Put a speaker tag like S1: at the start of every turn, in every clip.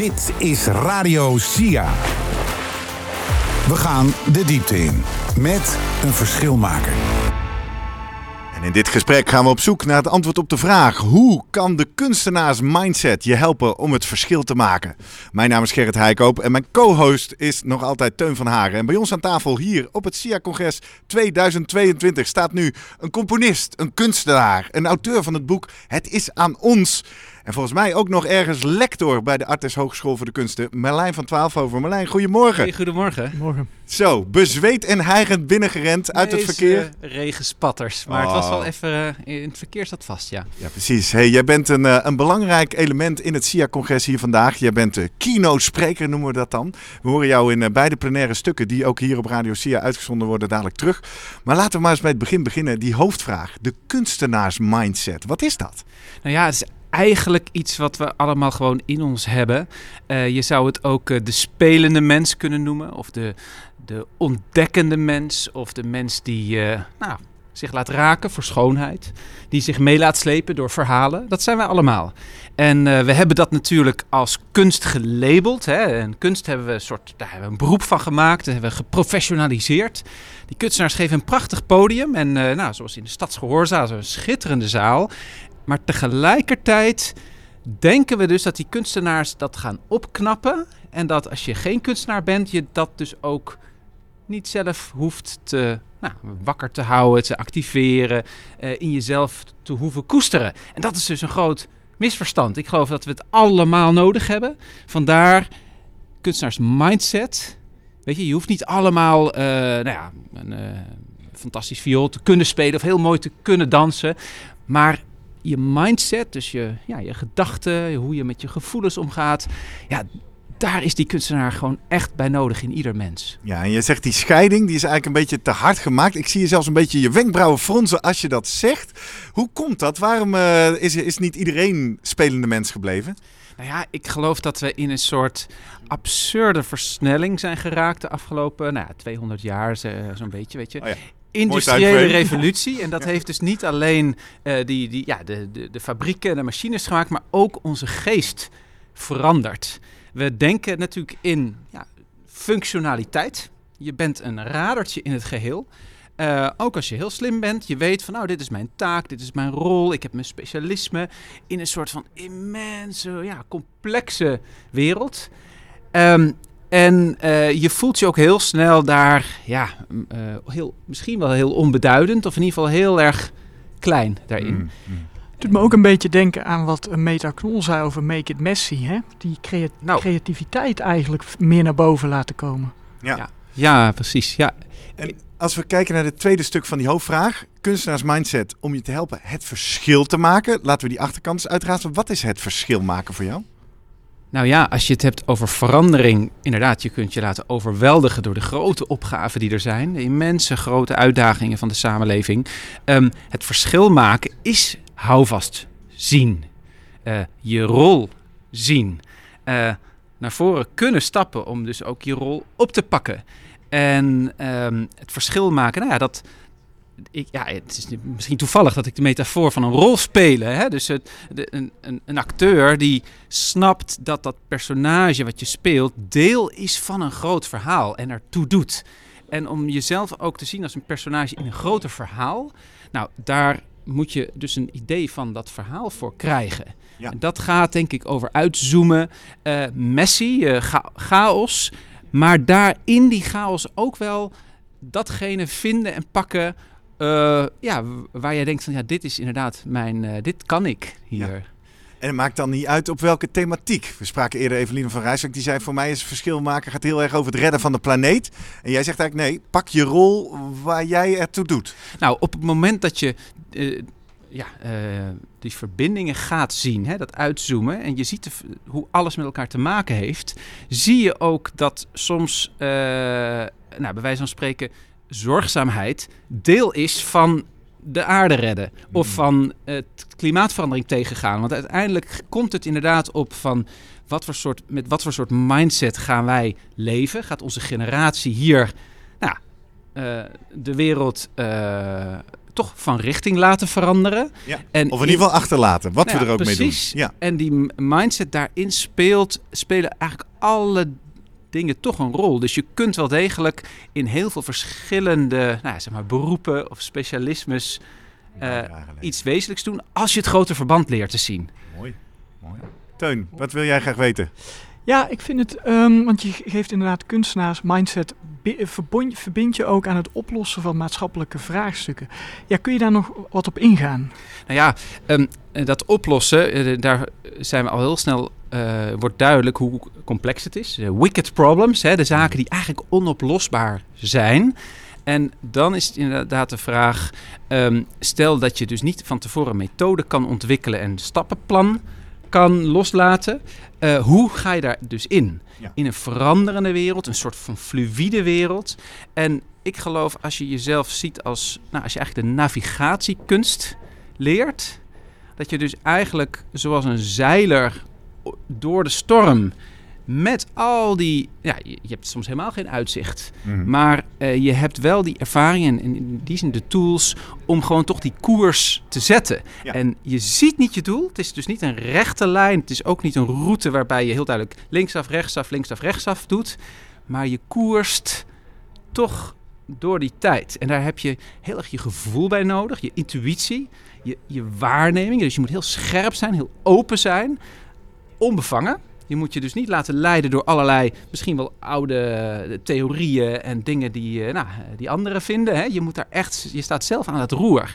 S1: Dit is Radio SIA. We gaan de diepte in met een verschilmaker.
S2: En in dit gesprek gaan we op zoek naar het antwoord op de vraag: hoe kan de kunstenaarsmindset je helpen om het verschil te maken? Mijn naam is Gerrit Heikoop en mijn co-host is nog altijd Teun van Haren. En bij ons aan tafel hier op het SIA-congres 2022 staat nu een componist, een kunstenaar, een auteur van het boek Het is aan ons. En volgens mij ook nog ergens lector bij de Artes Hogeschool voor de Kunsten, Merlijn van Twaalfhoven. Merlijn, goedemorgen.
S3: Hey, goedemorgen.
S4: Morgen.
S2: Zo, bezweet en hijgend binnengerend uit het verkeer.
S3: Regenspatters, maar het was wel even, in het verkeer zat vast, ja.
S2: Ja, precies. Hey, jij bent een belangrijk element in het SIA-congres hier vandaag. Jij bent de keynote-spreker, noemen we dat dan. We horen jou in beide plenaire stukken die ook hier op Radio SIA uitgezonden worden dadelijk terug. Maar laten we maar eens bij het begin beginnen. Die hoofdvraag, de kunstenaarsmindset. Wat is dat?
S3: Nou ja, het is eigenlijk iets wat we allemaal gewoon in ons hebben. Je zou het ook de spelende mens kunnen noemen. Of de ontdekkende mens. Of de mens die zich laat raken voor schoonheid. Die zich mee laat slepen door verhalen. Dat zijn wij allemaal. En we hebben dat natuurlijk als kunst gelabeld. Hè. En kunst hebben we daar hebben we een beroep van gemaakt. Dat hebben we geprofessionaliseerd. Die kunstenaars geven een prachtig podium. En zoals in de Stadsgehoorzaal, zo'n schitterende zaal. Maar tegelijkertijd denken we dus dat die kunstenaars dat gaan opknappen. En dat als je geen kunstenaar bent, je dat dus ook niet zelf hoeft te wakker te houden, te activeren, in jezelf te hoeven koesteren. En dat is dus een groot misverstand. Ik geloof dat we het allemaal nodig hebben. Vandaar kunstenaars mindset. Weet je hoeft niet allemaal een fantastisch viool te kunnen spelen of heel mooi te kunnen dansen. Maar je mindset, dus je gedachten, hoe je met je gevoelens omgaat. Ja, daar is die kunstenaar gewoon echt bij nodig in ieder mens.
S2: Ja, en je zegt die scheiding, die is eigenlijk een beetje te hard gemaakt. Ik zie je zelfs een beetje je wenkbrauwen fronsen als je dat zegt. Hoe komt dat? Waarom is niet iedereen spelende mens gebleven?
S3: Nou ja, ik geloof dat we in een soort absurde versnelling zijn geraakt de afgelopen 200 jaar, zo'n beetje, weet je. Oh ja. Industriële revolutie. En dat heeft dus niet alleen de fabrieken en de machines gemaakt, maar ook onze geest veranderd. We denken natuurlijk in functionaliteit. Je bent een radertje in het geheel. Ook als je heel slim bent, je weet van dit is mijn taak, dit is mijn rol, ik heb mijn specialisme in een soort van immense, complexe wereld. En je voelt je ook heel snel daar, misschien wel heel onbeduidend of in ieder geval heel erg klein daarin.
S4: Het doet me ook een beetje denken aan wat Meta Knol zei over Make It Messy. Hè? Die creativiteit eigenlijk meer naar boven laten komen.
S3: Ja, precies. Ja.
S2: En als we kijken naar het tweede stuk van die hoofdvraag, kunstenaars mindset, om je te helpen het verschil te maken. Laten we die achterkant eens uitrazen. Wat is het verschil maken voor jou?
S3: Nou ja, als je het hebt over verandering, inderdaad, je kunt je laten overweldigen door de grote opgaven die er zijn. De immense grote uitdagingen van de samenleving. Het verschil maken is houvast zien. Je rol zien. Naar voren kunnen stappen om dus ook je rol op te pakken. En het verschil maken, het is misschien toevallig dat ik de metafoor van een rol spelen. Hè? Dus een acteur die snapt dat personage wat je speelt deel is van een groot verhaal en ertoe doet. En om jezelf ook te zien als een personage in een groter verhaal, daar moet je dus een idee van dat verhaal voor krijgen. Ja. En dat gaat denk ik over uitzoomen, messy, chaos, maar daar in die chaos ook wel datgene vinden en pakken waar je denkt van dit is inderdaad dit kan ik hier. Ja.
S2: En het maakt dan niet uit op welke thematiek. We spraken eerder Eveline van Rijswijk, die zei voor mij is het verschil maken gaat heel erg over het redden van de planeet. En jij zegt eigenlijk nee, pak je rol waar jij ertoe doet.
S3: Nou, op het moment dat je die verbindingen gaat zien, dat uitzoomen en je ziet hoe alles met elkaar te maken heeft, zie je ook dat soms, bij wijze van spreken, zorgzaamheid deel is van de aarde redden of van het klimaatverandering tegengaan. Want uiteindelijk komt het inderdaad op van met wat voor soort mindset gaan wij leven? Gaat onze generatie hier de wereld toch van richting laten veranderen.
S2: Ja. En of in ieder geval achterlaten, wat we er ook
S3: precies.
S2: mee doen. Ja.
S3: En die mindset daarin spelen eigenlijk alle dingen toch een rol. Dus je kunt wel degelijk in heel veel verschillende beroepen of specialismes iets wezenlijks doen, als je het grote verband leert te zien.
S2: Mooi. Teun, wat wil jij graag weten?
S4: Ja, ik vind het, want je geeft inderdaad kunstenaars mindset, verbind je ook aan het oplossen van maatschappelijke vraagstukken. Ja, kun je daar nog wat op ingaan?
S3: Nou ja, dat oplossen, daar zijn we al heel snel, wordt duidelijk hoe complex het is. Wicked problems, de zaken die eigenlijk onoplosbaar zijn. En dan is het inderdaad de vraag, stel dat je dus niet van tevoren een methode kan ontwikkelen en stappenplan kan loslaten. Hoe ga je daar dus in? Ja. In een veranderende wereld, een soort van fluïde wereld. En ik geloof, als je jezelf ziet als je eigenlijk de navigatiekunst leert, dat je dus eigenlijk zoals een zeiler door de storm met al die, je hebt soms helemaal geen uitzicht, maar je hebt wel die ervaring en in die zin de tools om gewoon toch die koers te zetten. Ja. En je ziet niet je doel, het is dus niet een rechte lijn, het is ook niet een route waarbij je heel duidelijk linksaf, rechtsaf doet, maar je koerst toch door die tijd. En daar heb je heel erg je gevoel bij nodig, je intuïtie, je waarneming. Dus je moet heel scherp zijn, heel open zijn, onbevangen. Je moet je dus niet laten leiden door allerlei, misschien wel oude theorieën en dingen die anderen vinden. Hè? Je moet daar echt, je staat zelf aan het roer.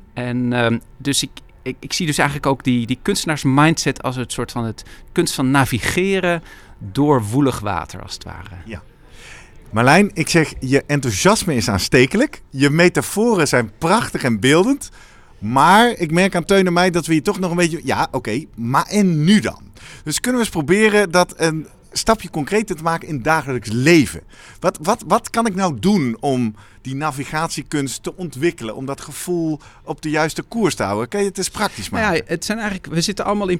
S3: En dus ik zie dus eigenlijk ook die kunstenaarsmindset als het soort van het kunst van navigeren door woelig water, als het ware. Ja.
S2: Marlijn, ik zeg, je enthousiasme is aanstekelijk. Je metaforen zijn prachtig en beeldend. Maar ik merk aan Teun en mij dat we hier toch nog een beetje... Ja, oké, maar en nu dan? Dus kunnen we eens proberen dat een stapje concreter te maken in het dagelijks leven. Wat kan ik nou doen om die navigatiekunst te ontwikkelen? Om dat gevoel op de juiste koers te houden? Kan je het eens praktisch maken?
S3: Ja, het zijn eigenlijk, we zitten allemaal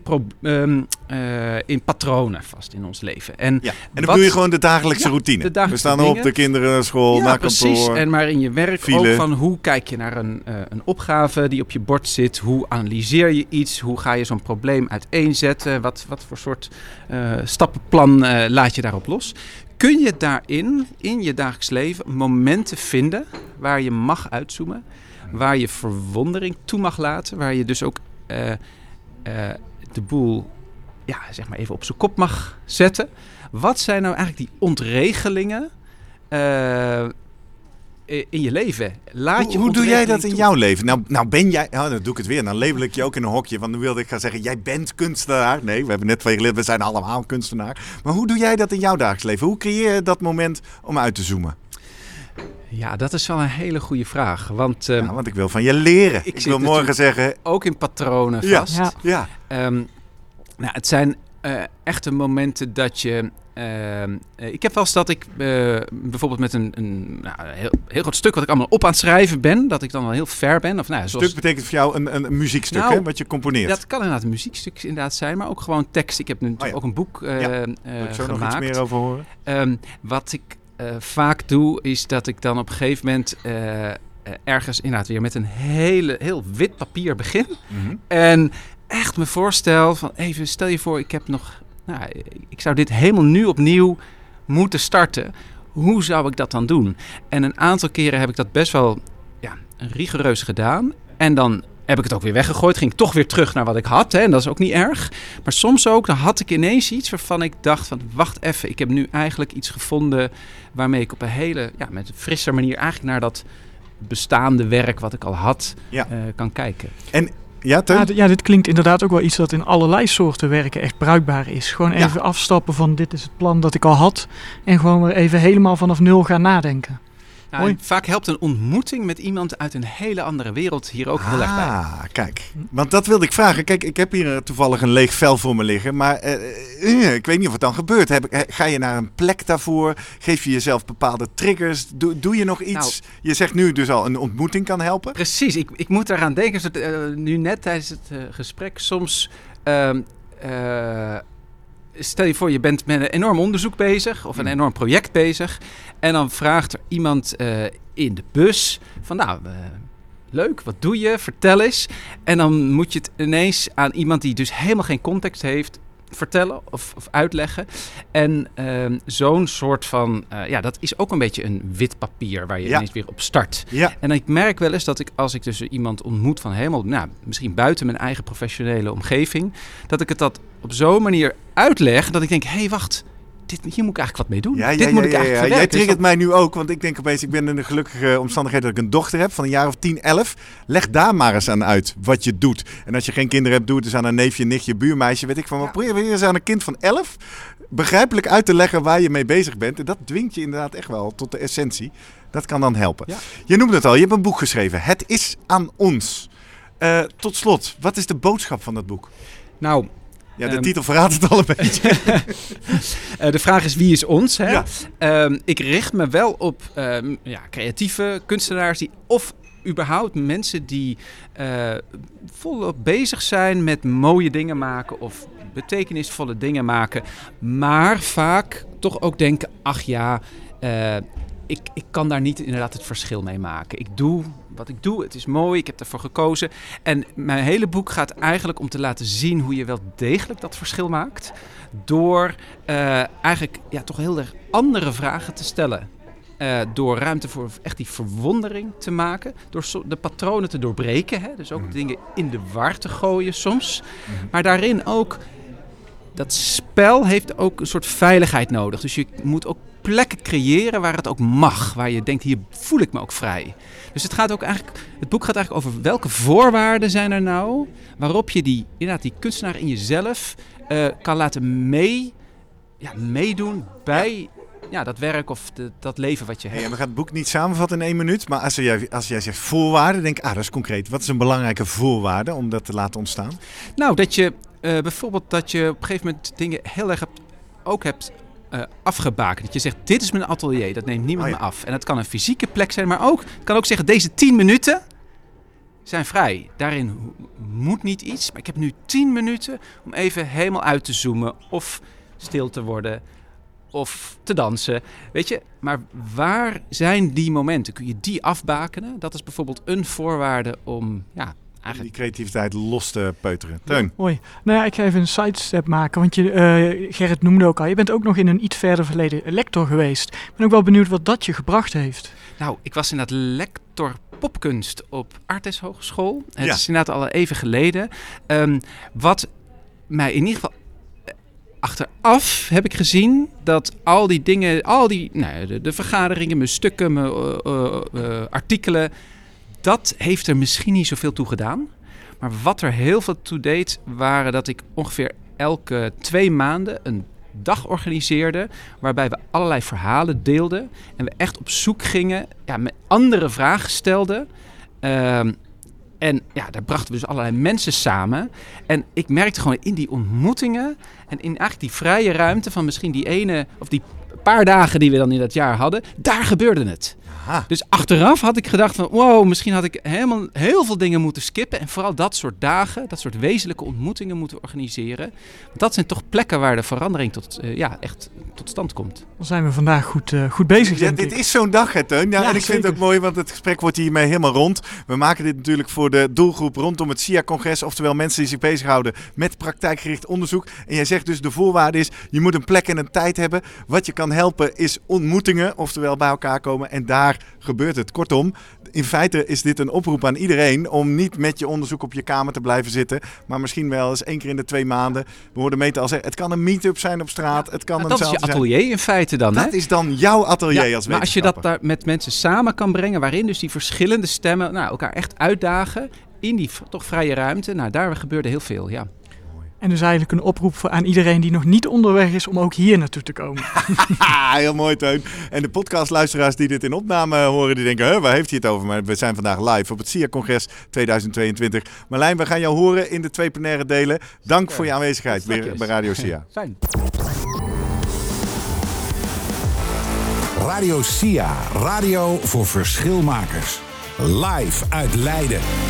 S3: in patronen vast in ons leven. En
S2: dan doe je gewoon de dagelijkse routine. We staan op, de kinderen naar school, naar kantoor.
S3: Precies. En maar in je werk file. Ook van hoe kijk je naar een opgave die op je bord zit? Hoe analyseer je iets? Hoe ga je zo'n probleem uiteenzetten? Wat voor soort stappenplan laat je daarop los? Kun je daarin, in je dagelijks leven, momenten vinden waar je mag uitzoomen, waar je verwondering toe mag laten, waar je dus ook de boel zeg maar even op zijn kop mag zetten? Wat zijn nou eigenlijk die ontregelingen in je leven?
S2: Hoe doe jij dat in jouw leven? Nou ben jij... dan doe ik het weer. Dan label ik je ook in een hokje. Want dan wilde ik gaan zeggen, jij bent kunstenaar. Nee, we hebben net van je geleerd, we zijn allemaal kunstenaar. Maar hoe doe jij dat in jouw dagelijks leven? Hoe creëer je dat moment om uit te zoomen?
S3: Ja, dat is wel een hele goede vraag. Want
S2: ik wil van je leren. Ik wil morgen zeggen...
S3: Ook in patronen vast.
S2: Ja.
S3: Het zijn echte momenten dat je... ik heb wel eens dat ik bijvoorbeeld met een heel groot stuk wat ik allemaal op aan het schrijven ben, dat ik dan wel heel ver ben.
S2: Stuk betekent voor jou een muziekstuk, hè, wat je componeert?
S3: Dat kan inderdaad een muziekstuk inderdaad zijn, maar ook gewoon tekst. Ik heb natuurlijk ook een boek gemaakt.
S2: Wil ik zo nog iets meer over horen?
S3: Wat ik vaak doe, is dat ik dan op een gegeven moment ergens inderdaad weer met een heel wit papier begin. Mm-hmm. En echt me voorstel van even, stel je voor, ik heb nog... ik zou dit helemaal nu opnieuw moeten starten. Hoe zou ik dat dan doen? En een aantal keren heb ik dat best wel rigoureus gedaan. En dan heb ik het ook weer weggegooid. Ging ik toch weer terug naar wat ik had. Hè? En dat is ook niet erg. Maar soms ook, dan had ik ineens iets waarvan ik dacht van... wacht even, ik heb nu eigenlijk iets gevonden... waarmee ik op een hele, met een frisse manier... eigenlijk naar dat bestaande werk wat ik al had kan kijken.
S2: En... Ja,
S4: dit klinkt inderdaad ook wel iets dat in allerlei soorten werken echt bruikbaar is. Gewoon even afstappen van dit is het plan dat ik al had. En gewoon weer even helemaal vanaf nul gaan nadenken.
S3: Vaak helpt een ontmoeting met iemand uit een hele andere wereld hier ook heel erg bij.
S2: Kijk. Want dat wilde ik vragen. Kijk, ik heb hier toevallig een leeg vel voor me liggen. Maar ik weet niet of het dan gebeurt. Ga je naar een plek daarvoor? Geef je jezelf bepaalde triggers? Doe je nog iets? Je zegt nu dus al, een ontmoeting kan helpen.
S3: Precies. Ik moet daaraan denken. Nu net tijdens het gesprek soms... Stel je voor, je bent met een enorm onderzoek bezig of een enorm project bezig. En dan vraagt er iemand in de bus van leuk, wat doe je? Vertel eens. En dan moet je het ineens aan iemand die dus helemaal geen context heeft vertellen of uitleggen. En zo'n soort van, dat is ook een beetje een wit papier waar je ineens weer op start.
S2: Ja.
S3: En ik merk wel eens dat als ik dus iemand ontmoet van helemaal, misschien buiten mijn eigen professionele omgeving, dat ik het dat op zo'n manier uitleg, dat ik denk, hé, wacht, hier moet ik eigenlijk wat mee doen. Dit moet ik eigenlijk verwerken.
S2: Jij triggert mij nu ook, want ik denk opeens, ik ben in de gelukkige omstandigheid dat ik een dochter heb van een jaar of 10, 11. Leg daar maar eens aan uit wat je doet. En als je geen kinderen hebt, doe het eens aan een neefje, nichtje, buurmeisje, weet ik van. Maar probeer weer eens aan een kind van 11 begrijpelijk uit te leggen waar je mee bezig bent. En dat dwingt je inderdaad echt wel tot de essentie. Dat kan dan helpen. Ja. Je noemde het al, je hebt een boek geschreven. Het is aan ons. Tot slot, wat is de boodschap van dat boek?
S3: Nou,
S2: ja, de titel verraadt het al een beetje.
S3: De vraag is, wie is ons? Hè?
S2: Ja.
S3: Ik richt me wel op creatieve kunstenaars die of überhaupt mensen die volop bezig zijn met mooie dingen maken of betekenisvolle dingen maken. Maar vaak toch ook denken, ach ja, ik kan daar niet inderdaad het verschil mee maken. Ik doe wat ik doe, het is mooi, ik heb ervoor gekozen. En mijn hele boek gaat eigenlijk om te laten zien hoe je wel degelijk dat verschil maakt. Door eigenlijk toch heel erg andere vragen te stellen. Door ruimte voor echt die verwondering te maken. Door de patronen te doorbreken. Hè? Dus ook dingen in de war te gooien soms. Maar daarin ook, dat spel heeft ook een soort veiligheid nodig. Dus je moet ook plekken creëren waar het ook mag. Waar je denkt, hier voel ik me ook vrij. Dus het boek gaat eigenlijk over welke voorwaarden zijn er nou, waarop je die kunstenaar in jezelf kan laten meedoen bij dat werk of dat leven wat je hebt.
S2: We gaan het boek niet samenvatten in 1 minuut, maar als jij zegt voorwaarden, denk ik, dat is concreet. Wat is een belangrijke voorwaarde om dat te laten ontstaan?
S3: Nou, dat je bijvoorbeeld op een gegeven moment dingen heel erg hebt afgebakend. Dat je zegt, dit is mijn atelier, dat neemt niemand me af. En dat kan een fysieke plek zijn, maar het kan ook zeggen, deze 10 minuten zijn vrij. Daarin moet niet iets, maar ik heb nu 10 minuten om even helemaal uit te zoomen of stil te worden of te dansen. Weet je, maar waar zijn die momenten? Kun je die afbakenen? Dat is bijvoorbeeld een voorwaarde om
S2: die creativiteit los te peuteren. Teun.
S4: Ja, mooi. Nou ja, ik ga even een sidestep maken. Want Gerrit noemde ook al, je bent ook nog in een iets verder verleden lector geweest. Ik ben ook wel benieuwd wat dat je gebracht heeft.
S3: Nou, ik was inderdaad lector popkunst op Artes Hogeschool. Het is inderdaad al even geleden. Wat mij in ieder geval achteraf heb ik gezien dat al die dingen, de vergaderingen, mijn stukken, mijn artikelen, dat heeft er misschien niet zoveel toe gedaan. Maar wat er heel veel toe deed, waren dat ik ongeveer elke 2 maanden een dag organiseerde, waarbij we allerlei verhalen deelden en we echt op zoek gingen, met andere vragen stelden. En daar brachten we dus allerlei mensen samen. En ik merkte gewoon in die ontmoetingen en in eigenlijk die vrije ruimte van misschien die ene of die paar dagen die we dan in dat jaar hadden, daar gebeurde het. Aha. Dus achteraf had ik gedacht van, wow, misschien had ik heel veel dingen moeten skippen. En vooral dat soort dagen, dat soort wezenlijke ontmoetingen moeten organiseren. Dat zijn toch plekken waar de verandering echt tot stand komt.
S4: Dan zijn we vandaag goed bezig, denk ik.
S2: Dit is zo'n dag, hè, Teun. Ja, en ik vind het ook mooi, want het gesprek wordt hiermee helemaal rond. We maken dit natuurlijk voor de doelgroep rondom het SIA-congres. Oftewel mensen die zich bezighouden met praktijkgericht onderzoek. En jij zegt dus, de voorwaarde is, je moet een plek en een tijd hebben. Wat je kan helpen is ontmoetingen, oftewel bij elkaar komen. En daar gebeurt het. Kortom, in feite is dit een oproep aan iedereen om niet met je onderzoek op je kamer te blijven zitten, maar misschien wel eens 1 keer in de 2 maanden. We hoorden Meta al zeggen, het kan een meet-up zijn op straat. Het kan
S3: dat is je atelier in feite dan.
S2: Dat is dan jouw atelier als wetenschapper.
S3: Maar als je dat daar met mensen samen kan brengen, waarin dus die verschillende stemmen elkaar echt uitdagen in die toch vrije ruimte, daar gebeurde heel veel, ja.
S4: En dus eigenlijk een oproep aan iedereen die nog niet onderweg is om ook hier naartoe te komen.
S2: Heel mooi, Teun. En de podcastluisteraars die dit in opname horen, die denken, waar heeft hij het over? Maar we zijn vandaag live op het SIA-congres 2022. Marlijn, we gaan jou horen in de 2 plenaire delen. Dank voor je aanwezigheid bij Radio SIA.
S3: Fijn.
S1: Radio SIA, radio voor verschilmakers. Live uit Leiden.